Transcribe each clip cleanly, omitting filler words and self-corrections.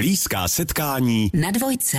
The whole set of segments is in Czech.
Blízká setkání na Dvojce.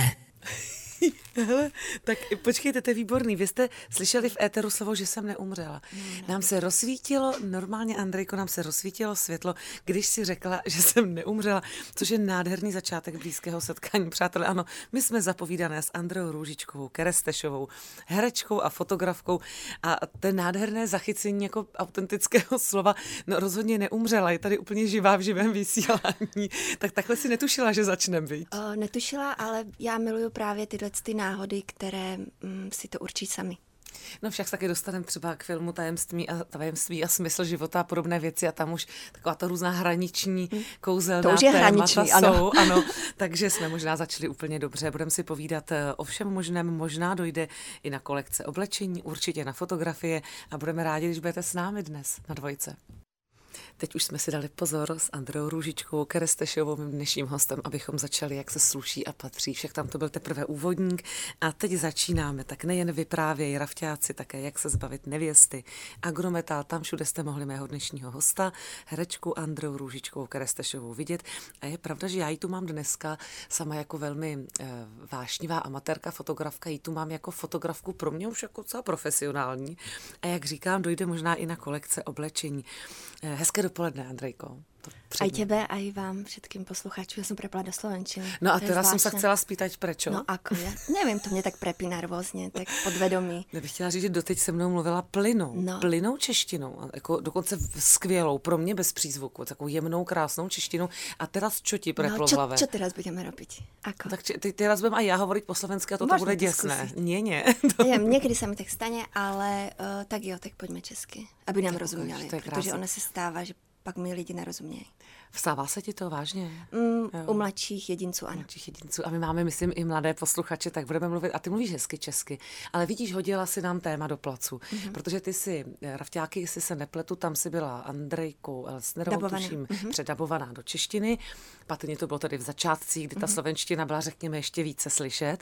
Hele, tak počkejte, to je výborný. Vy jste slyšeli v éteru slovo, že jsem neumřela. Nám se rozsvítilo, normálně Andrejko, nám se rozsvítilo světlo, když si řekla, že jsem neumřela, což je nádherný začátek blízkého setkání. Přátelé, ano, my jsme zapovídané s Andreou Růžičkovou, Kerestešovou, herečkou a fotografkou a ten nádherné zachycení jako autentického slova, no rozhodně neumřela, je tady úplně živá v živém vysílání. Tak takhle si netušila, že začneme, viď? Netušila, ale já miluju právě tyhle ty náhody, které si to určí sami. No však se taky dostaneme třeba k filmu Tajemství a smysl života a podobné věci a tam už taková to různá hraniční kouzelná témata jsou. Ano, takže jsme možná začali úplně dobře. Budeme si povídat o všem možném, možná dojde i na kolekce oblečení, určitě na fotografie a budeme rádi, když budete s námi dnes na Dvojce. Teď už jsme si dali pozor s Andreou Růžičkou, Kerestešovou, mým dnešním hostem, abychom začali, jak se sluší a patří. Však tam to byl teprve úvodník a teď začínáme. Tak nejen vyprávějí rafťáci, také jak se zbavit nevěsty. Agrometal, tam všude jste mohli mého dnešního hosta, herečku Andreu Růžičkovou, Kerestešovou vidět. A je pravda, že já ji tu mám dneska sama jako velmi vášnivá amatérka, fotografka, ji tu mám jako fotografku pro mě už jako celá profesionální. A jak říkám, dojde možná i na kolekce oblečení. Hezké dopoledne, Andrejko. Aj tebe, aj vám, všetkým poslucháčům. Já jsem prepla do slovenčiny. No a teraz jsem se chcela spýtať, prečo? No ako ja? Nevím, to mě tak prepíná různě, tak podvědomí. Já bych chtěla říct, že doteď se mnou mluvila plynou češtinou, jako dokonce skvělou, pro mě bez přízvuku, takovou jemnou, krásnou češtinou. A teraz čo ti preplo v hlave? Čo teraz budeme robiť? Ako? Tak teraz budem aj já hovorit po slovensky a to bude děsné. Nie. Někdy se mi tak stane, ale tak jo, tak pojďme česky, aby nám rozuměli, protože ono se stává, že pak mi lidi nerozumějí. Vstává se ti to vážně? U mladších jedinců, ano. A my máme, myslím, i mladé posluchače, tak budeme mluvit. A ty mluvíš hezky česky. Ale vidíš, hodila si nám téma do placu. Protože ty si, rafťáky, jestli se nepletu, tam si byla Andrejkou Elsnerovou, tuším, předabovaná do češtiny. Patrně to bylo tady v začátcích, kdy ta slovenština byla, řekněme, ještě více slyšet.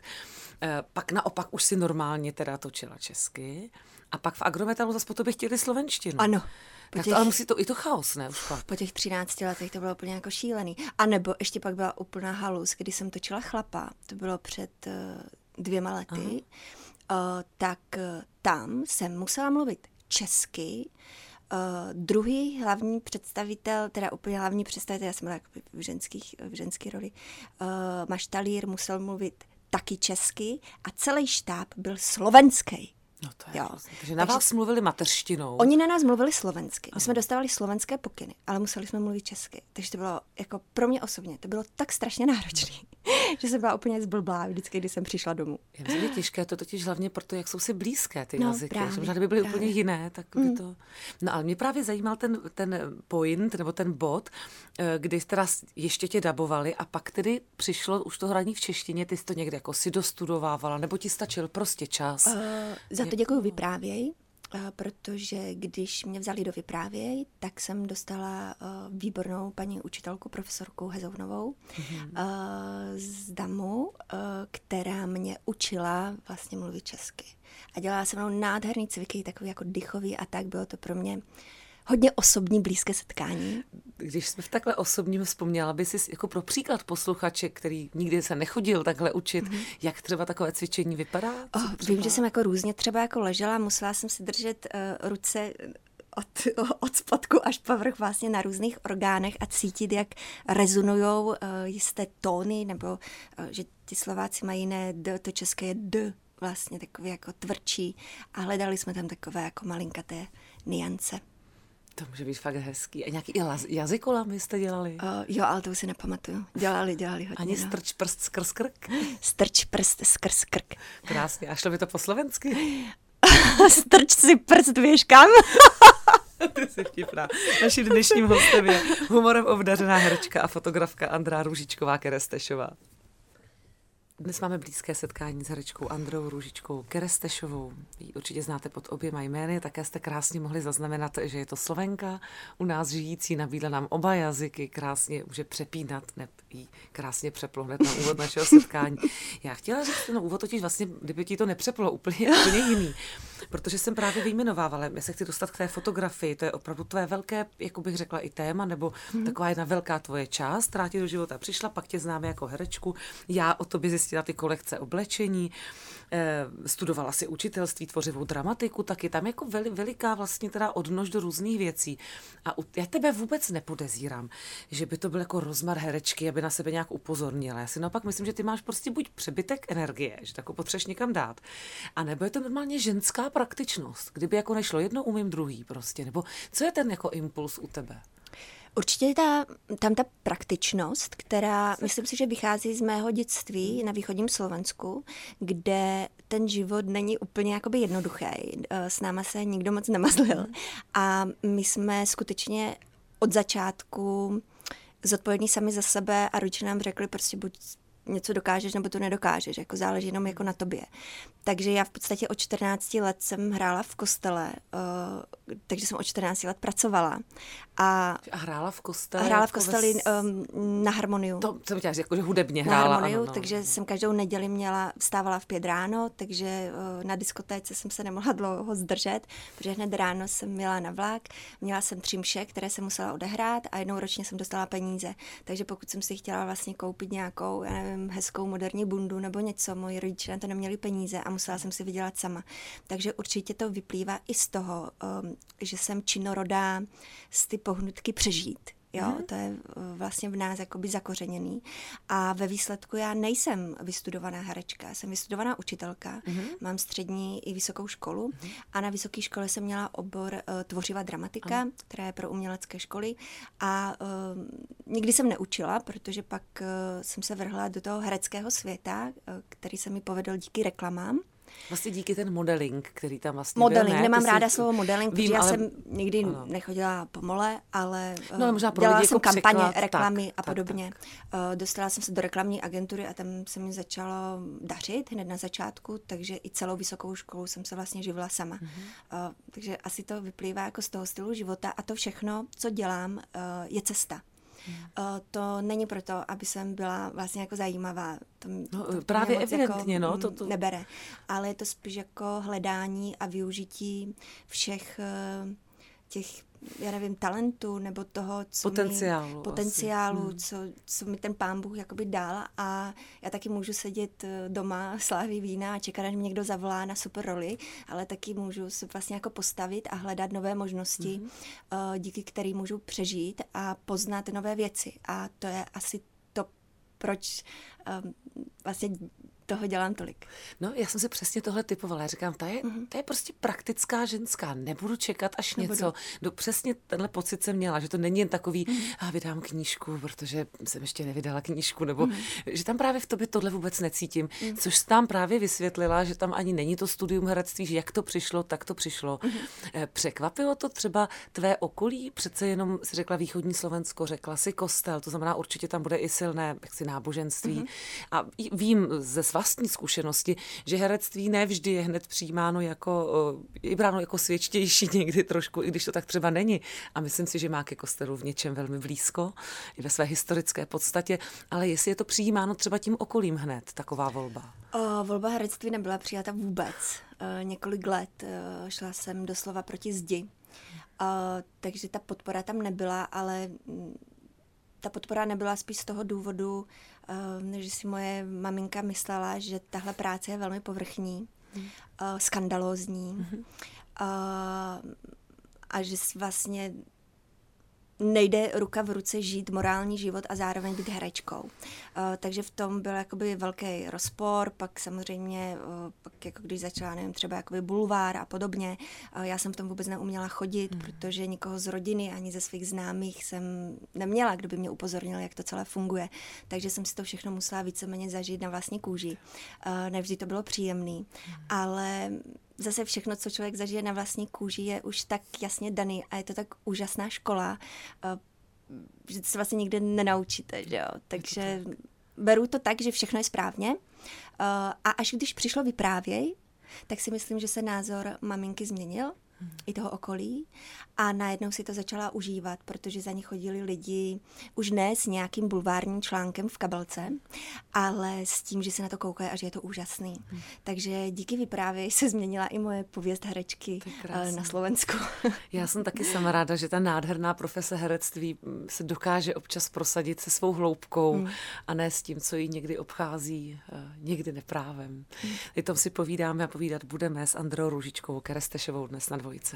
Pak naopak už si normálně teda točila česky. A pak v Agrometalu zase po tobě chtěli slovenštinu. Ano. Ale musí to i to chaos, ne? Už po těch 13 letech to bylo úplně jako šílený. A nebo ještě pak byla úplná halus, kdy jsem točila Chlapa, to bylo před 2 lety, tak tam jsem musela mluvit česky. Druhý hlavní představitel, teda úplně hlavní představitel, já jsem byla v ženské roli, Maštalír musel mluvit taky česky a celý štáb byl slovenský. No to je takže na vás mluvili mateřštinou. Oni na nás mluvili slovensky. My jsme dostávali slovenské pokyny, ale museli jsme mluvit česky. Takže to bylo jako pro mě osobně, to bylo tak strašně náročné, že jsem byla úplně zblblá vždycky, když jsem přišla domů. Je velmi těžké, to totiž hlavně proto, jak jsou si blízké ty jazyky. Možná kdyby byly úplně jiné, tak by to... No ale mě právě zajímal ten point, nebo ten bod, kdy teda ještě tě dabovali a pak tedy přišlo už to hraní v češtině, ty jsi to někde jako si dostudovávala, nebo ti stačil prostě čas? Za to děkuju Vyprávěj, protože když mě vzali do Vyprávěj, tak jsem dostala výbornou paní učitelku, profesorku Hezounovou z DAMu, která mě učila vlastně mluvit česky. A dělala se mnou nádherný cviky, takový jako dychový a tak, bylo to pro mě hodně osobní, blízké setkání. Když jsme v takhle osobním vzpomněla, by si jako pro příklad posluchače, který nikdy se nechodil takhle učit, jak třeba takové cvičení vypadá? Vím, že jsem jako různě třeba jako ležela, musela jsem si držet ruce od spodku až po vrch vlastně na různých orgánech a cítit, jak rezonujou jisté tóny, nebo že ti Slováci mají jiné D, to české je D, vlastně takové jako tvrdší a hledali jsme tam takové jako malinkaté niance. To může být fakt hezký. A nějaký jazykolamy jste dělali? Jo, ale to už si nepamatuju. Dělali hodně. Ani strč prst skrz krk? Strč prst skrz krk. Krásně. A šlo by to po slovensky? Strč si prst, víš kam? Ty jsi vtipná. Naším dnešním hostem je humorem obdařená herečka a fotografka Andrea Růžičková Kerestešová. Dnes máme blízké setkání s herečkou Andreou Růžičkou Kerestešovou. Ji určitě znáte pod oběma jmény, také jste krásně mohli zaznamenat, že je to Slovenka, u nás žijící, nabídla nám oba jazyky, krásně může přepínat, jí krásně přeplo hned na úvod našeho setkání. Já chtěla říct, ten úvod totiž vlastně, kdyby ti to nepřeplo, úplně jiný, protože jsem právě vyjmenovávala, já se chci dostat k té fotografii, to je opravdu tvé velké, jako bych řekla, i téma, nebo taková jedna velká tvoje část, která ti do života přišla, pak tě známe jako herečku. Já o tobě zjistila ty kolekce oblečení, studovala si učitelství, tvořivou dramatiku, tak je tam jako veliká vlastně teda odnož do různých věcí. A já tebe vůbec nepodezírám, že by to byl jako rozmar herečky, aby na sebe nějak upozornila. Já si naopak myslím, že ty máš prostě buď přebytek energie, že tak potřebuješ někam dát, a nebo je to normálně ženská praktičnost, kdyby jako nešlo jedno, umím druhý prostě, nebo co je ten jako impuls u tebe? Určitě tam ta praktičnost, která, myslím si, že vychází z mého dětství na východním Slovensku, kde ten život není úplně jakoby jednoduchý. S náma se nikdo moc nemazlil. A my jsme skutečně od začátku zodpovědní sami za sebe a rodiče nám řekli, prostě buď něco dokážeš, nebo to nedokážeš, jako záleží jenom jako na tobě. Takže já v podstatě od 14 let jsem hrála v kostele, takže jsem od 14 let pracovala. A hrála v kostele? Hrála v kostele na harmoniu. To jsem chtěla říct, jako, že hudebně hrála. Na harmoniu, ano. Takže jsem každou neděli vstávala v 5 ráno, takže na diskotéce jsem se nemohla dlouho zdržet, protože hned ráno jsem měla na vlak, měla jsem 3 mše, které jsem musela odehrát a jednou ročně jsem dostala peníze. Takže pokud jsem si chtěla vlastně koupit nějakou, já nevím, hezkou moderní bundu nebo něco, moji rodiče na to neměli peníze a musela jsem si vydělat sama. Takže určitě to vyplývá i z toho, že jsem činorodá z ty pohnutky přežít. Jo, to je vlastně v nás jakoby zakořeněný. A ve výsledku já nejsem vystudovaná herečka, jsem vystudovaná učitelka, mám střední i vysokou školu a na vysoké škole jsem měla obor tvořivá dramatika, která je pro umělecké školy a nikdy jsem neučila, protože pak jsem se vrhla do toho hereckého světa, který se mi povedl díky reklamám. Vlastně díky ten modeling, který tam vlastně modeling, byl, ne? Nemám ráda slovo modeling, protože já jsem nikdy ano. nechodila po mole, ale dělala jsem kampaně, reklamy tak, a podobně. Tak. Dostala jsem se do reklamní agentury a tam se mi začalo dařit hned na začátku, takže i celou vysokou školu jsem se vlastně živila sama. Takže asi to vyplývá jako z toho stylu života a to všechno, co dělám, je cesta. To není proto, aby jsem byla vlastně jako zajímavá. To právě evidentně, jako, to nebere. Ale je to spíš jako hledání a využití všech těch, já nevím, talentů nebo toho, co potenciálu, co mi ten Pán Bůh jakoby dal a já taky můžu sedět doma s láhví vína a čekat, až mě někdo zavolá na super roli, ale taky můžu se vlastně jako postavit a hledat nové možnosti, díky kterým můžu přežít a poznat nové věci. A to je asi to, proč vlastně toho dělám tolik. No, já jsem si přesně tohle typovala. Já říkám, ta je prostě praktická ženská. Nebudu čekat až něco. Přesně tenhle pocit jsem měla, že to není jen takový, vydám knížku, protože jsem ještě nevydala knížku, nebo že tam právě v tobě tohle vůbec necítím. Což jsi tam právě vysvětlila, že tam ani není to studium herectví, že jak to přišlo, tak to přišlo. Překvapilo to třeba tvé okolí? Přece jenom si řekla východní Slovensko, řekla si kostel, to znamená určitě tam bude i silné náboženství. A vím ze vlastní zkušenosti, že herectví nevždy je hned přijímáno je bráno jako svědčtější někdy trošku, i když to tak třeba není. A myslím si, že má ke kostelu v něčem velmi blízko, i ve své historické podstatě, ale jestli je to přijímáno třeba tím okolím hned, taková volba. Volba herectví nebyla přijata vůbec. Několik let šla jsem doslova proti zdi. Takže ta podpora tam nebyla, ale ta podpora nebyla spíš z toho důvodu, že si moje maminka myslela, že tahle práce je velmi povrchní, skandalózní a že vlastně nejde ruka v ruce žít morální život a zároveň být herečkou. Takže v tom byl jakoby velký rozpor, pak samozřejmě, pak jako když začala, nevím, třeba jakoby bulvár a podobně, já jsem v tom vůbec neuměla chodit, protože nikoho z rodiny ani ze svých známých jsem neměla, kdo by mě upozornil, jak to celé funguje. Takže jsem si to všechno musela víceméně zažít na vlastní kůži. Nevždy to bylo příjemný, ale zase všechno, co člověk zažije na vlastní kůži, je už tak jasně daný a je to tak úžasná škola, že se vlastně nikdy nenaučíte, že jo? Takže beru to tak, že všechno je správně. A až když přišlo vyprávěj, tak si myslím, že se názor maminky změnil, i toho okolí, a najednou si to začala užívat, protože za ní chodili lidi už ne s nějakým bulvárním článkem v kabelce, ale s tím, že se na to koukají a že je to úžasný. Takže díky vyprávěj se změnila i moje pověst herečky na Slovensku. Já jsem taky sama ráda, že ta nádherná profese herectví se dokáže občas prosadit se svou hloubkou a ne s tím, co ji někdy obchází, někdy neprávem. I tom si povídáme a povídat budeme s Andreou Růžičkovou Kerestešovou dnes na Dvojce.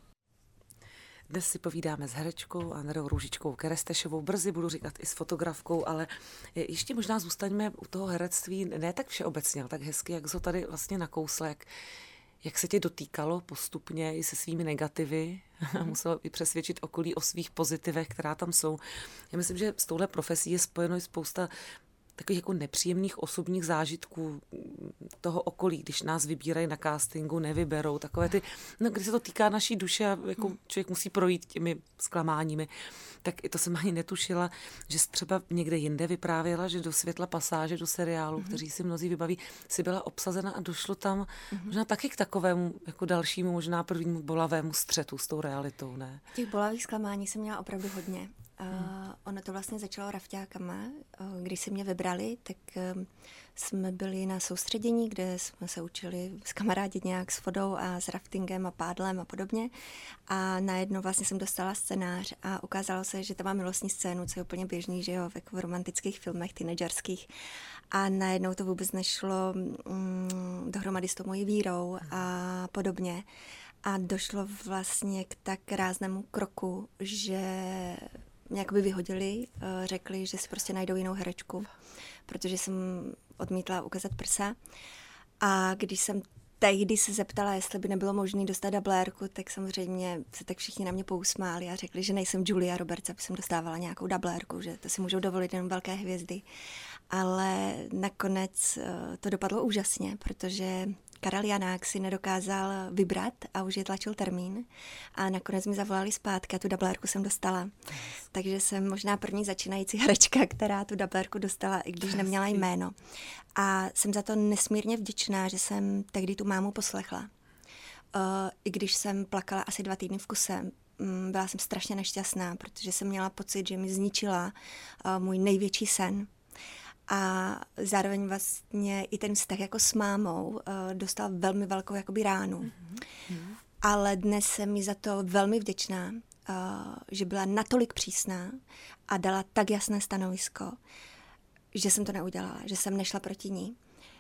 Dnes si povídáme s herečkou Andreou Růžičkovou Kerestešovou, brzy budu říkat i s fotografkou, ale ještě možná zůstaňme u toho herectví, ne tak všeobecně, ale tak hezky, jak jsi ho tady vlastně nakousl, jak se tě dotýkalo postupně i se svými negativy a musel i přesvědčit okolí o svých pozitivech, která tam jsou. Já myslím, že s touhle profesí je spojeno i spousta takových jako nepříjemných osobních zážitků toho okolí, když nás vybírají na castingu, nevyberou, takové ty, když se to týká naší duše a jako člověk musí projít těmi zklamáními, tak i to jsem ani netušila, že jsi třeba někde jinde vyprávěla, že do Světla pasáže, do seriálu, kteří si mnozí vybaví, si byla obsazena a došlo tam možná taky k takovému jako dalšímu, možná prvnímu bolavému střetu s tou realitou, ne? Těch bolavých zklamání jsem měla opravdu hodně. Ono to vlastně začalo rafťákama. Když si mě vybrali, tak jsme byli na soustředění, kde jsme se učili skamarádit nějak s vodou a s raftingem a pádlem a podobně. A najednou vlastně jsem dostala scénář a ukázalo se, že tam má milostní scénu, co je úplně běžný, že jo, jako v romantických filmech, teenagerských. A najednou to vůbec nešlo dohromady s tou mojí vírou a podobně. A došlo vlastně k tak ráznému kroku, že mě jakoby vyhodili, řekli, že si prostě najdou jinou herečku, protože jsem odmítla ukázat prsa. A když jsem tehdy se zeptala, jestli by nebylo možné dostat dublérku, tak samozřejmě se tak všichni na mě pousmáli a řekli, že nejsem Julia Roberts, aby jsem dostávala nějakou dublérku, že to si můžou dovolit jenom velké hvězdy. Ale nakonec to dopadlo úžasně, protože Karel Janák si nedokázal vybrat a už je tlačil termín a nakonec mi zavolali zpátky a tu dublérku jsem dostala. Takže jsem možná první začínající herečka, která tu dublérku dostala, i když neměla jméno. A jsem za to nesmírně vděčná, že jsem tehdy tu mámu poslechla. I když jsem plakala asi 2 týdny v kuse, byla jsem strašně nešťastná, protože jsem měla pocit, že mi zničila můj největší sen. A zároveň vlastně i ten vztah jako s mámou dostal velmi velkou jakoby ránu. Ale dnes jsem mi za to velmi vděčná, že byla natolik přísná a dala tak jasné stanovisko, že jsem to neudělala, že jsem nešla proti ní.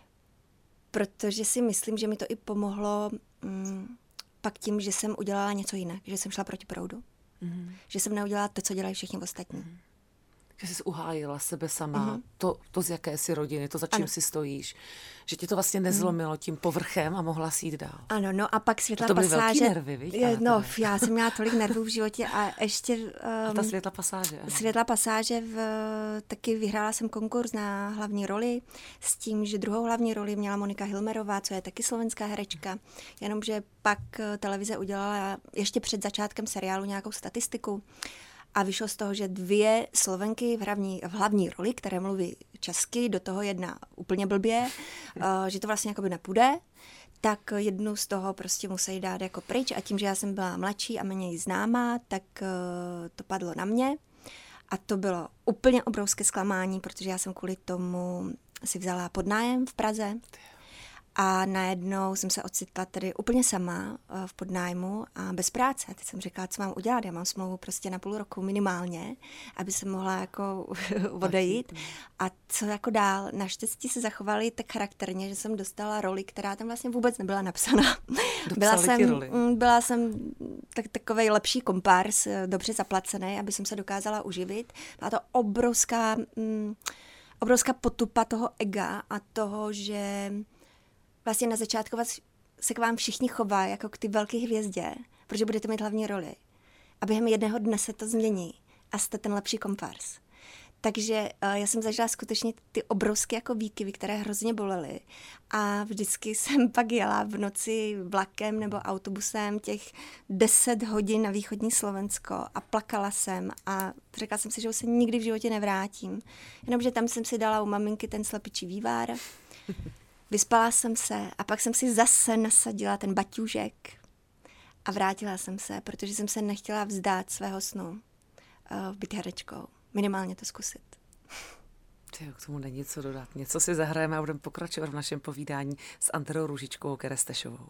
Protože si myslím, že mi to i pomohlo pak tím, že jsem udělala něco jinak, že jsem šla proti proudu. Že jsem neudělala to, co dělají všichni ostatní. Že jsi uhájila sebe sama, to z jaké jsi rodiny, to za čím si stojíš, že ti to vlastně nezlomilo tím povrchem a mohla si jít dál. Ano, no a pak Světla to byly pasáže. Velký nervy, víš? No, já jsem měla tolik nervů v životě a ještě... a ta Světla pasáže. Ano. Světla pasáže, taky vyhrála jsem konkurs na hlavní roli s tím, že druhou hlavní roli měla Monika Hilmerová, co je taky slovenská herečka, jenomže pak televize udělala ještě před začátkem seriálu nějakou statistiku. A vyšlo z toho, že 2 Slovenky v hlavní roli, které mluví česky, do toho jedna úplně blbě, že to vlastně jakoby nepůjde, tak jednu z toho prostě musí dát jako pryč. A tím, že já jsem byla mladší a méně známá, tak to padlo na mě. A to bylo úplně obrovské zklamání, protože já jsem kvůli tomu si vzala podnájem v Praze. A najednou jsem se ocitla tady úplně sama v podnájmu a bez práce. A teď jsem říkala, co mám udělat. Já mám smlouvu prostě na půl roku minimálně, aby jsem mohla jako odejít. A co jako dál? Naštěstí se zachovali tak charakterně, že jsem dostala roli, která tam vlastně vůbec nebyla napsaná. Byla jsem takovej lepší kompárs, dobře zaplacený, aby jsem se dokázala uživit. Byla to obrovská potupa toho ega a toho, že vlastně na začátku se k vám všichni chová jako k ty velké hvězdě, protože budete mít hlavní roli. A během jednoho dne se to změní a jste ten lepší kompárs. Takže já jsem zažila skutečně ty obrovské jako výkyvy, které hrozně bolely. A vždycky jsem pak jela v noci vlakem nebo autobusem těch 10 hodin na východní Slovensko a plakala jsem a řekla jsem si, že už se nikdy v životě nevrátím. Jenomže tam jsem si dala u maminky ten slepičí vývar, vyspala jsem se a pak jsem si zase nasadila ten baťůžek a vrátila jsem se, protože jsem se nechtěla vzdát svého snu být herečkou. Minimálně to zkusit. K tomu není co dodat. Něco si zahrajeme a budeme pokračovat v našem povídání s Andreou Růžičkovou Kerestešovou.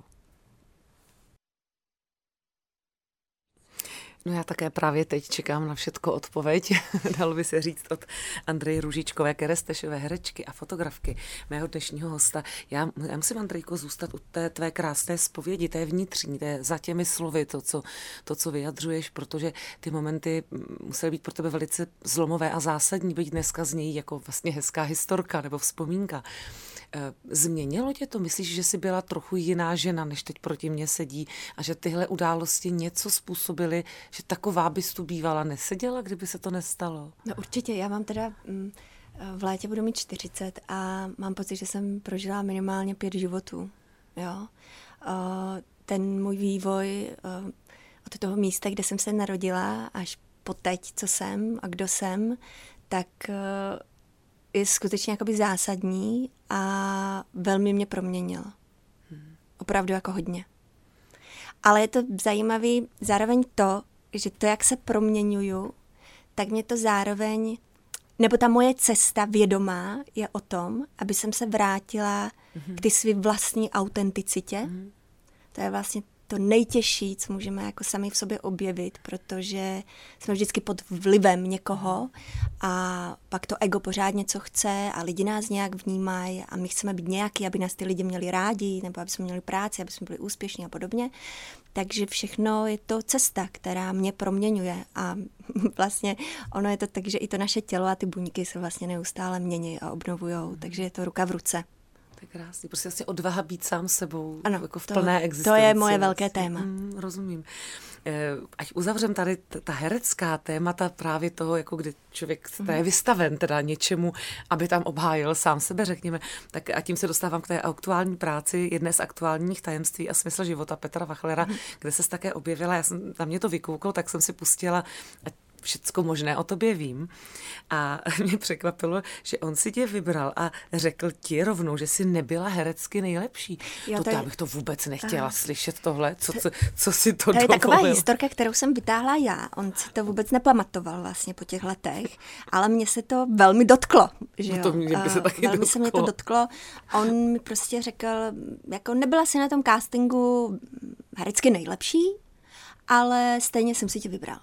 No já také právě teď čekám na všetko odpověď, dalo by se říct, od Andreji Růžičkové Kerestešové, herečky a fotografky, mého dnešního hosta. Já musím, Andrejko, zůstat u té tvé krásné zpovědi, té vnitřní, té za těmi slovy, to, co vyjadřuješ, protože ty momenty musely být pro tebe velice zlomové a zásadní, být dneska znějí jako vlastně hezká historka nebo vzpomínka. Změnilo tě to? Myslíš, že jsi byla trochu jiná žena, než teď proti mně sedí a že tyhle události něco způsobily, že taková bys tu bývala neseděla, kdyby se to nestalo? No určitě, já mám teda v létě budu mít 40 a mám pocit, že jsem prožila minimálně 5 životů. Jo? Ten můj vývoj od toho místa, kde jsem se narodila, až po teď, co jsem a kdo jsem, tak je skutečně jakoby zásadní a velmi mě proměnil. Opravdu jako hodně. Ale je to zajímavý zároveň to, že to, jak se proměňuju, tak mě to zároveň, nebo ta moje cesta vědomá je o tom, aby jsem se vrátila k ty své vlastní autenticitě. To je vlastně to nejtěžší, co můžeme jako sami v sobě objevit, protože jsme vždycky pod vlivem někoho a pak to ego pořád něco chce a lidi nás nějak vnímají a my chceme být nějaký, aby nás ty lidi měli rádi, nebo aby jsme měli práci, aby jsme byli úspěšní a podobně. Takže všechno je to cesta, která mě proměňuje a vlastně ono je to tak, že i to naše tělo a ty buňky se vlastně neustále mění a obnovujou, takže je to ruka v ruce. To je krásný. Prostě vlastně odvaha být sám sebou, ano, jako v plné existenci. To je moje velké téma. Rozumím. Ať uzavřem tady ta herecká témata právě toho, jako kdy člověk je vystaven teda něčemu, aby tam obhájil sám sebe, řekněme, tak a tím se dostávám k té aktuální práci, jedné z aktuálních tajemství a smysl života Petra Wachlera, kde ses také objevila, já jsem na mě to vykoukla, tak jsem si pustila všecko možné o tobě vím. A mě překvapilo, že on si tě vybral a řekl ti rovnou, že jsi nebyla herecky nejlepší. Jo, já bych to vůbec nechtěla slyšet tohle. Co si to dovolil? To je taková historka, kterou jsem vytáhla já. On si to vůbec nepamatoval vlastně po těch letech, ale mně se to velmi dotklo. Že jo? To mě by se taky velmi dotklo. se mě to dotklo. On mi prostě řekl, jako nebyla si na tom castingu herecky nejlepší, ale stejně jsem si tě vybral.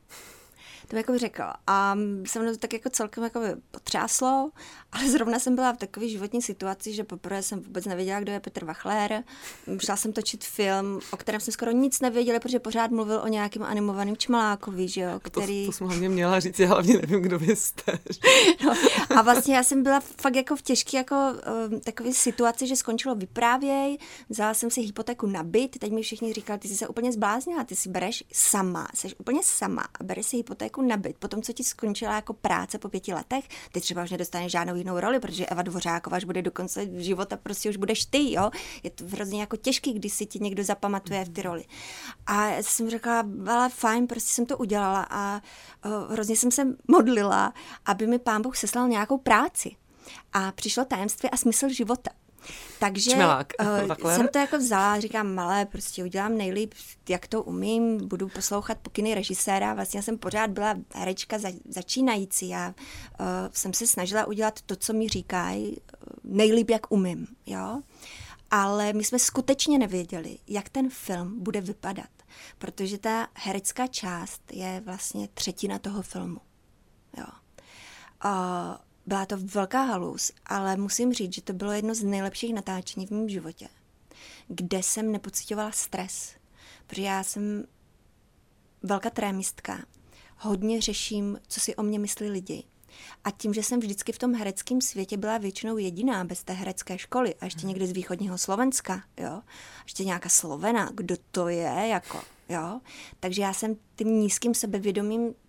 To jako řekl. A se mnou to tak jako celkem jako potřáslo, ale zrovna jsem byla v takové životní situaci, že poprvé jsem vůbec nevěděla, kdo je Petr Wachler. Šla jsem točit film, o kterém jsem skoro nic nevěděla, protože pořád mluvil o nějakém animovaném čmelákovi, že jo, který... To jsem hlavně měla říct, já hlavně nevím, kdo vy jste. No, a vlastně já jsem byla fakt jako v těžké jako takové situaci, že skončilo vyprávěj, vzala jsem si hypotéku na byt, teď mi všichni říkali, ty jsi se úplně zbláznila, ty si bereš sama, jsi úplně sama a bereš si hypotéku na byt. Potom, co ti skončila jako práce po 5 letech, ty třeba už nedostaneš žádnou jinou roli, protože Eva Dvořáková už bude do konce života, prostě už budeš ty, jo. Je to hrozně jako těžký, když si ti někdo zapamatuje v ty roli. A já jsem řekla, ale fajn, prostě jsem to udělala a hrozně jsem se modlila, aby mi Pán Bůh seslal nějakou práci. A přišlo Tajemství a smysl života. Takže jsem to jako vzala, říkám, malé, prostě udělám nejlíp, jak to umím, budu poslouchat pokyny režiséra, vlastně jsem pořád byla herečka začínající, já jsem se snažila udělat to, co mi říkají, nejlíp, jak umím, jo. Ale my jsme skutečně nevěděli, jak ten film bude vypadat, protože ta herecká část je vlastně 1/3 toho filmu, jo. Byla to velká halus, ale musím říct, že to bylo jedno z nejlepších natáčení v mém životě, kde jsem nepociťovala stres, protože já jsem velká trémistka, hodně řeším, co si o mě myslí lidi. A tím, že jsem vždycky v tom hereckém světě byla většinou jediná bez té herecké školy a ještě někde z východního Slovenska, jo, ještě nějaká Slovena, kdo to je, jako, jo. Takže já jsem tím nízkým sebevědomím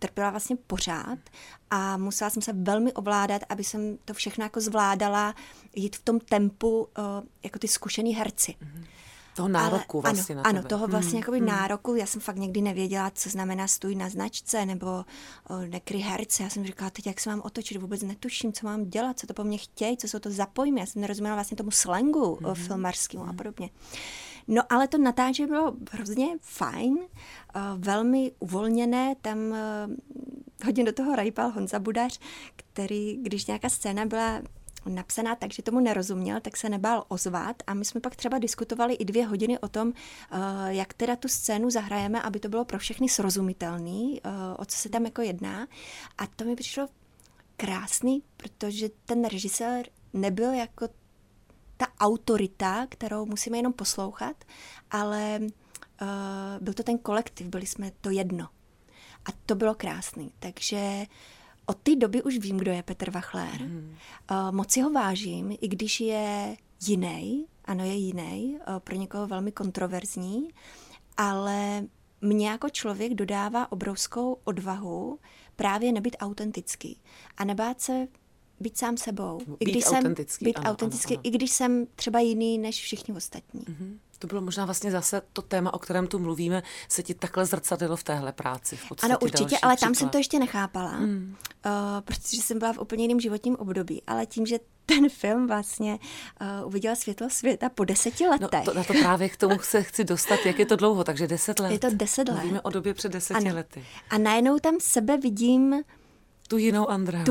trpěla vlastně pořád a musela jsem se velmi ovládat, aby jsem to všechno jako zvládala, jít v tom tempu jako ty zkušený herci. Toho nároku vlastně na tebe. Ano, toho vlastně jakoby nároku. Já jsem fakt někdy nevěděla, co znamená stůj na značce nebo nekry herce. Já jsem říkala, teď jak se mám otočit, vůbec netuším, co mám dělat, co to po mně chtějí, co jsou to za pojmy. Já jsem nerozuměla vlastně tomu slangu filmařskému a podobně. No ale to natáčení bylo hrozně fajn, velmi uvolněné, tam hodně do toho rajpal Honza Budař, který, když nějaká scéna byla napsaná tak, že tomu nerozuměl, tak se nebál ozvat a my jsme pak třeba diskutovali i 2 hodiny o tom, jak teda tu scénu zahrajeme, aby to bylo pro všechny srozumitelný, o co se tam jako jedná. A to mi přišlo krásný, protože ten režisér nebyl jako ta autorita, kterou musíme jenom poslouchat, ale byl to ten kolektiv, byli jsme to jedno. A to bylo krásný. Takže od té doby už vím, kdo je Petr Wachler. Moc si ho vážím, i když je jiný, ano, je jiný, pro někoho velmi kontroverzní, ale mě jako člověk dodává obrovskou odvahu právě nebyt autentický a nebát se být sám sebou. Být autentický. Ano. I když jsem třeba jiný než všichni ostatní. To bylo možná vlastně zase to téma, o kterém tu mluvíme, se ti takhle zrcadilo v téhle práci. V podstatě ano, určitě, ale tam příklad. jsem to ještě nechápala, protože jsem byla v úplně jiném životním období, ale tím, že ten film vlastně uviděl světlo světa po 10 letech. No, na to právě k tomu se chci dostat, jak je to dlouho, takže 10 let. Je to 10 let. Mluvíme o době před 10 lety. A najednou tam sebe vidím tu jinou Andreu.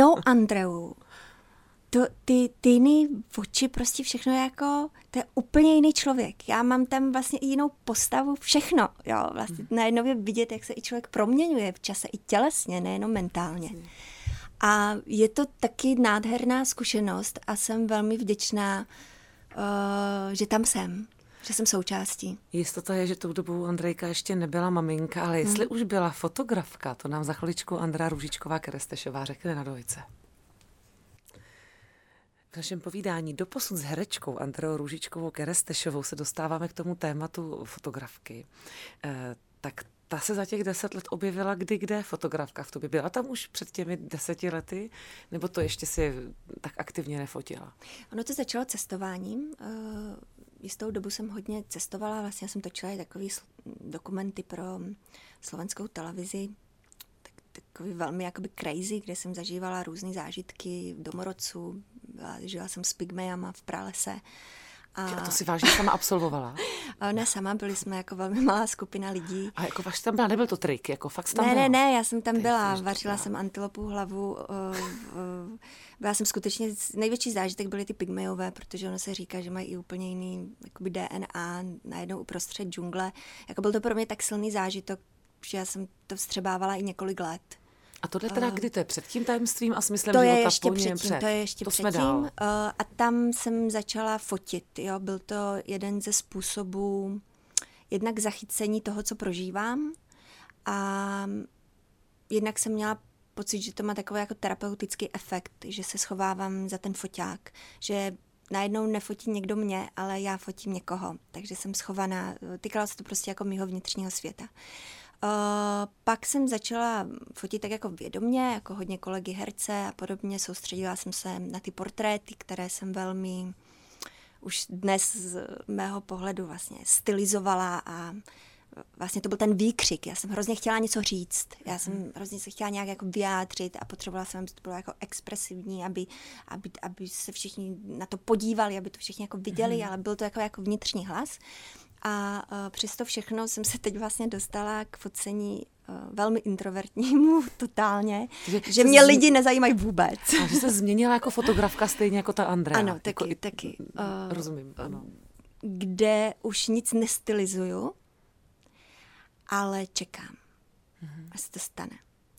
Ty jiný oči, prostě všechno jako, to je úplně jiný člověk. Já mám tam vlastně i jinou postavu, všechno, jo, vlastně najednou je vidět, jak se i člověk proměňuje v čase i tělesně, nejenom mentálně. A je to taky nádherná zkušenost a jsem velmi vděčná, že tam jsem, že jsem součástí. Jistota je, že tou dobou Andrejka ještě nebyla maminka, ale jestli už byla fotografka, to nám za chviličku Andrea Růžičková-Kerestešová řekne na dvojce. V našem povídání doposud s herečkou Andreou Růžičkovou-Kerestešovou se dostáváme k tomu tématu fotografky. Tak ta se za těch 10 let objevila kde fotografka v tobě. Byla tam už před těmi 10 lety? Nebo to ještě si tak aktivně nefotila? Ono to začalo cestováním. Jistou dobu jsem hodně cestovala. Vlastně jsem točila i takový dokumenty pro slovenskou televizi. Takový velmi jakoby crazy, kde jsem zažívala různé zážitky v domorodcu. Žila jsem s pygmejama v pralese. A to si vážně sama absolvovala? Ne sama, byli jsme jako velmi malá skupina lidí. A jako váš tam byla, nebyl to trik, jako fakt tam byla? Ne, já jsem tam byla, vařila jsem antilopu hlavu, byla jsem skutečně, největší zážitek byly ty pygmejové, protože ono se říká, že mají i úplně jiný jakoby DNA, najednou uprostřed džungle. Jako byl to pro mě tak silný zážitek, že já jsem to vstřebávala i několik let. A tohle teda kdy to je před tím tajemstvím a smyslem to života? Je ještě předtím, to je ještě předtím. A tam jsem začala fotit. Jo? Byl to jeden ze způsobů jednak zachycení toho, co prožívám, a jednak jsem měla pocit, že to má takový jako terapeutický efekt, že se schovávám za ten foťák, že najednou nefotí někdo mě, ale já fotím někoho. Takže jsem schovaná, týkalo se to prostě jako mýho vnitřního světa. Pak jsem začala fotit tak jako vědomě, jako hodně kolegy herce a podobně. Soustředila jsem se na ty portréty, které jsem velmi už dnes z mého pohledu vlastně stylizovala a vlastně to byl ten výkřik. Já jsem hrozně chtěla něco říct. Já jsem hrozně se chtěla nějak jako vyjádřit a potřebovala jsem, aby to bylo jako expresivní, aby se všichni na to podívali, aby to všichni jako viděli, ale byl to jako vnitřní hlas. A přes to všechno jsem se teď vlastně dostala k focení velmi introvertnímu totálně, že mě lidi nezajímají vůbec. A že se změnila jako fotografka stejně jako ta Andrea. Ano, taky. Rozumím, ano. Kde už nic nestylizuju, ale čekám, až se to stane.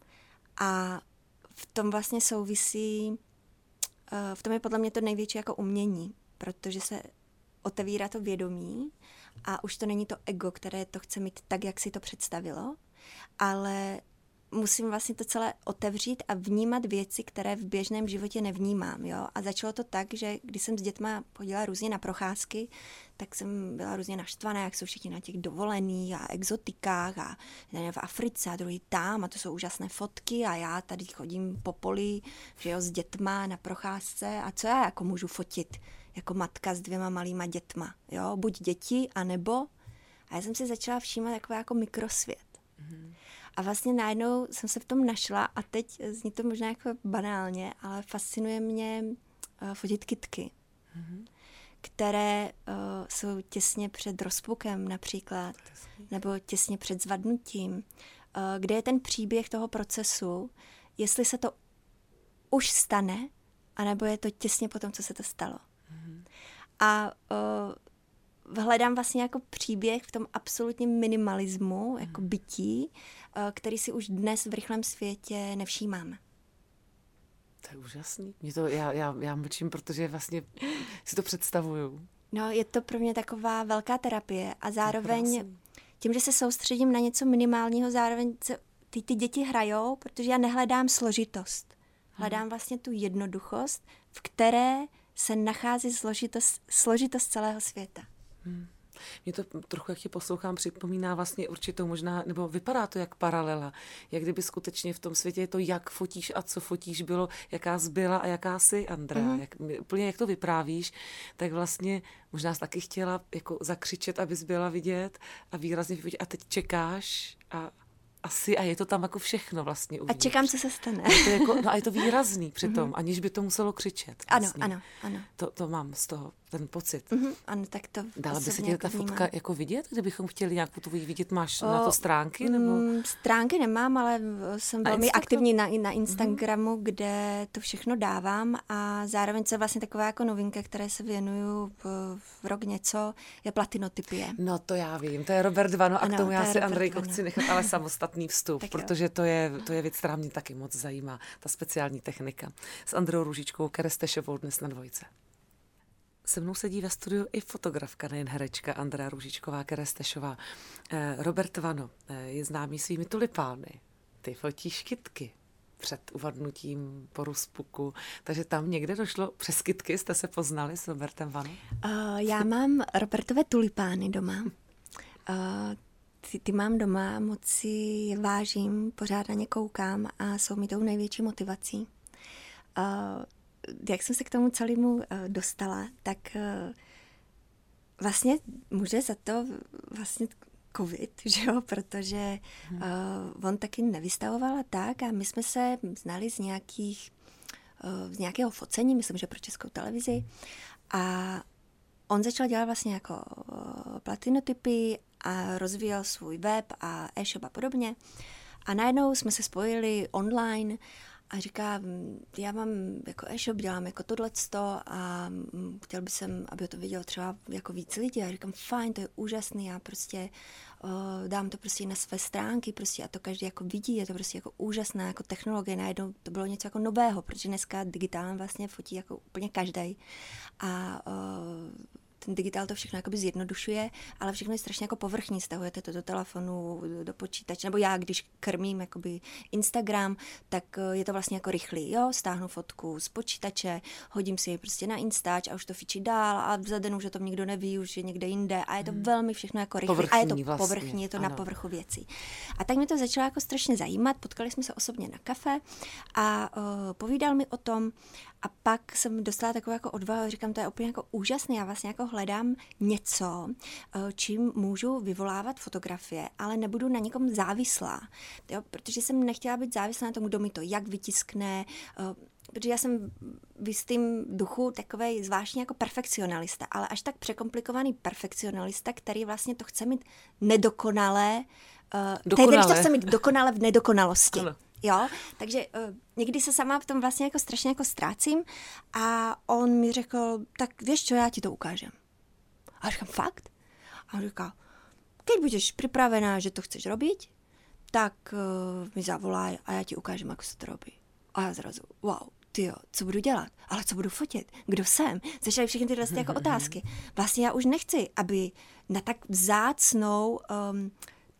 A v tom vlastně souvisí, v tom je podle mě to největší jako umění, protože se otevírá to vědomí a už to není to ego, které to chce mít tak, jak si to představilo, ale musím vlastně to celé otevřít a vnímat věci, které v běžném životě nevnímám. Jo? A začalo to tak, že když jsem s dětma chodila různě na procházky, tak jsem byla různě naštvaná, jak jsou všichni na těch dovolených a exotikách a v Africe a druhý tam a to jsou úžasné fotky a já tady chodím po poli, že jo, s dětma na procházce a co já jako můžu fotit jako matka s 2 malýma dětma. Jo? Buď děti, anebo... A já jsem si začala všímat takový jako mikrosvět. A vlastně najednou jsem se v tom našla a teď zní to možná jako banálně, ale fascinuje mě fotit kytky, které jsou těsně před rozpukem například, nebo těsně před zvadnutím, kde je ten příběh toho procesu, jestli se to už stane, anebo je to těsně po tom, co se to stalo. A hledám vlastně jako příběh v tom absolutním minimalismu, jako bytí, který si už dnes v rychlém světě nevšímáme. To je úžasný. Já mlčím, protože vlastně si to představuju. No, je to pro mě taková velká terapie a zároveň tím, že se soustředím na něco minimálního, zároveň ty děti hrajou, protože já nehledám složitost. Hledám vlastně tu jednoduchost, v které se nachází složitost celého světa. Mě to trochu, jak tě poslouchám, připomíná vlastně určitou možná, nebo vypadá to jak paralela. Jak kdyby skutečně v tom světě je to, jak fotíš a co fotíš bylo, jaká zbyla a jaká jsi, Andrea. Úplně jak to vyprávíš, tak vlastně možná jsi taky chtěla jako zakřičet, abys byla vidět a výrazně vyfotit. A teď čekáš a je to tam jako všechno vlastně uvnitř. A čekám, co se stane. A je to výrazný přitom, aniž by to muselo křičet. Vlastně. Ano. To mám z toho, ten pocit. Ano, tak to dala by se ti ta fotka jako vidět, kdybychom chtěli nějakou tu vidět? Máš na to stránky? Nebo? Stránky nemám, ale jsem velmi aktivní na Instagramu, kde to všechno dávám a zároveň se vlastně taková jako novinka, které se věnuju v rok něco, je platinotypie. No to já vím, to je Robert Vano a k tomu já si, Andrejko, chci nechat ale samostatný vstup, protože to je věc, která mě taky moc zajímá, ta speciální technika. S Andreou Růžičkou Kerestešovou dnes na Dvojce. Se mnou sedí ve studiu i fotografka, nejen herečka Andrea Růžičková Kerestešová. Robert Vano je známý svými tulipány. Ty fotíš kytky před uvadnutím po rozpuku. Takže tam někde došlo přes kytky, jste se poznali s Robertem Vano? Já mám Robertové tulipány doma. Ty mám doma, moc si je vážím, pořád na ně koukám a jsou mi tou největší motivací. Jak jsem se k tomu celému dostala, tak vlastně může za to vlastně covid, že jo, protože on taky nevystavoval tak a my jsme se znali z nějakého focení, myslím, že pro Českou televizi a on začal dělat vlastně jako platinotypy a rozvíjel svůj web a e-shop a podobně a najednou jsme se spojili online a říká, já mám jako e-shop, dělám jako tohleto a chtěl bych jsem, aby to viděl třeba jako víc lidí. A říkám, fajn, to je úžasný, já prostě dám to prostě na své stránky prostě a to každý jako vidí, je to prostě jako úžasná jako technologie, najednou to bylo něco jako nového, protože dneska digitálně vlastně fotí jako úplně každý. A ten digitál to všechno jakoby zjednodušuje, ale všechno je strašně jako povrchní, stahujete to do telefonu, do počítače, nebo já, když krmím jakoby Instagram, tak je to vlastně jako rychlý, jo, stáhnu fotku z počítače, hodím si ji prostě na Instač a už to fičí dál a za den už o tom nikdo neví, už je někde jinde a je to velmi všechno jako rychlý povrchní, a je to vlastně, povrchní, je to na povrchu věcí. A tak mě to začalo jako strašně zajímat, potkali jsme se osobně na kafe a povídal mi o tom a pak jsem dostala takovou jako odvahu, říkám, to je úplně jako úžasné, já vlastně jako hledám něco, čím můžu vyvolávat fotografie, ale nebudu na někom závislá, jo? Protože jsem nechtěla být závislá na tom, kdo mi to jak vytiskne, protože já jsem v jistým duchu takovej zvláštně jako perfekcionalista, ale až tak překomplikovaný perfekcionalista, který vlastně to chce mít nedokonalé, který to chce mít dokonale v nedokonalosti. Ano. Jo, takže někdy se sama v tom vlastně jako strašně jako ztrácím a on mi řekl, tak víš co, já ti to ukážem. A říkám, fakt? A on říká, keď budeš připravená, že to chceš robit, tak mi zavolaj a já ti ukážem, jak se to robí. A já zrazu, wow, tyjo, co budu dělat? Ale co budu fotit? Kdo jsem? Začaly všechny tyhle jako otázky. Vlastně já už nechci, aby na tak vzácnou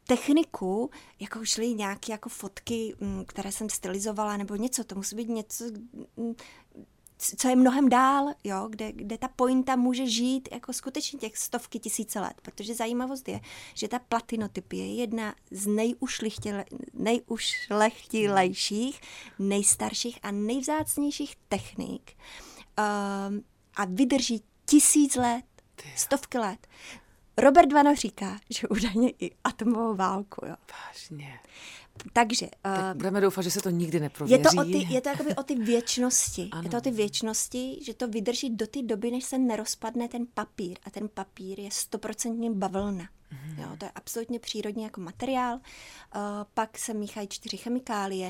techniku, jako šly nějaké jako fotky, které jsem stylizovala, nebo něco, to musí být něco, co je mnohem dál, jo, kde ta pointa může žít jako skutečně těch stovky tisíce let, protože zajímavost je, že ta platinotypie je jedna z nejušlechtilejších, nejstarších a nejvzácnějších technik a vydrží 1000 let, stovky let. Robert Vano říká, že údajně i atomovou válku. Jo. Vážně. Takže... Tak budeme doufat, že se to nikdy neprověří. Je to jakoby o ty věčnosti. Je to o ty věčnosti, že to vydrží do té doby, než se nerozpadne ten papír. A ten papír je 100% bavlna. Jo, to je absolutně přírodní jako materiál. Pak se míchají 4 chemikálie,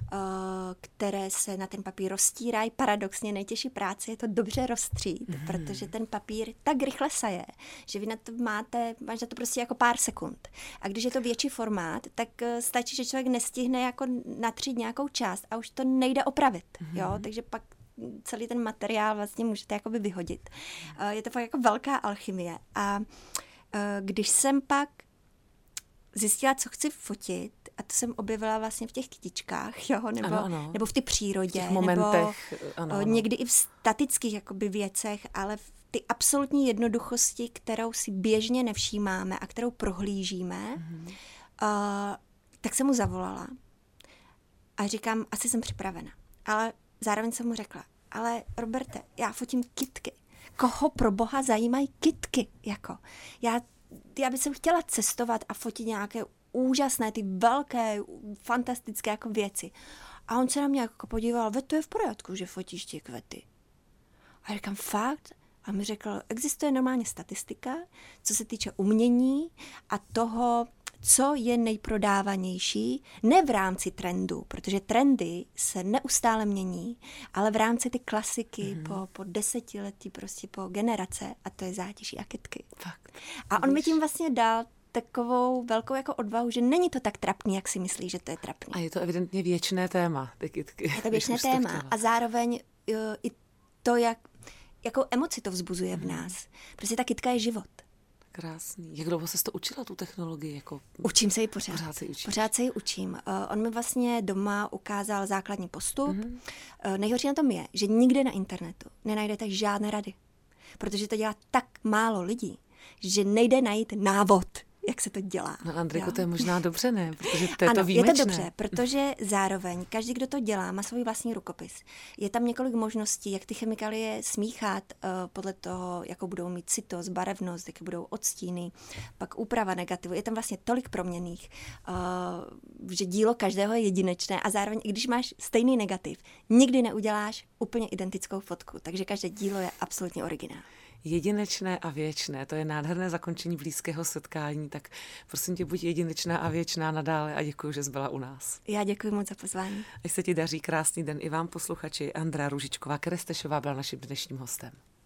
které se na ten papír roztírají. Paradoxně nejtěžší práce je to dobře roztřít, protože ten papír tak rychle saje, že vy na to máš na to prostě jako pár sekund. A když je to větší formát, tak stačí, že člověk nestihne jako natřít nějakou část a už to nejde opravit. Jo, takže pak celý ten materiál vlastně můžete jakoby vyhodit. Je to fakt jako velká alchymie. A když jsem pak zjistila, co chci fotit, a to jsem objevila vlastně v těch kytičkách, jo, nebo v té přírodě, v momentech, nebo někdy i v statických jakoby věcech, ale v ty absolutní jednoduchosti, kterou si běžně nevšímáme a kterou prohlížíme, tak jsem mu zavolala a říkám, asi jsem připravena. Ale zároveň jsem mu řekla, ale Roberte, já fotím kytky. Koho pro boha zajímají kytky? Jako. Já bych chtěla cestovat a fotit nějaké úžasné, ty velké, fantastické jako věci. A on se na mě jako podíval, to je v pořádku, že fotíš ty kvety. A říkám, fakt? A mi řekl, existuje normálně statistika, co se týče umění a toho, co je nejprodávanější, ne v rámci trendu, protože trendy se neustále mění, ale v rámci ty klasiky po desetiletí, prostě po generace, a to je zátiší a kytky. Fakt. A on mi tím vlastně dal takovou velkou jako odvahu, že není to tak trapný, jak si myslí, že to je trapný. A je to evidentně věčné téma, ty kytky. Je to věčné téma a zároveň i to, jakou emoci to vzbuzuje v nás. Prostě ta kytka je život. Krásný. Jak dlouho jsi to učila, tu technologii? Jako... Učím se ji pořád. Pořád se ji učím. On mi vlastně doma ukázal základní postup. Nejhorší na tom je, že nikde na internetu nenajdete žádné rady. Protože to dělá tak málo lidí, že nejde najít návod, jak se to dělá. No Andrejko, to je možná dobře, ne? Protože to je to výjimečné. Je to dobře, protože zároveň každý, kdo to dělá, má svůj vlastní rukopis. Je tam několik možností, jak ty chemikálie smíchat podle toho, jakou budou mít citost, barevnost, jaké budou odstíny, pak úprava negativu. Je tam vlastně tolik proměnných, že dílo každého je jedinečné a zároveň, i když máš stejný negativ, nikdy neuděláš úplně identickou fotku, takže každé dílo je absolutně originální. Jedinečné a věčné, to je nádherné zakončení blízkého setkání, tak prosím tě, buď jedinečná a věčná nadále a děkuji, že jsi byla u nás. Já děkuji moc za pozvání. Ať se ti daří, krásný den i vám posluchači. Andrea Růžičková Kerestešová byla naším dnešním hostem.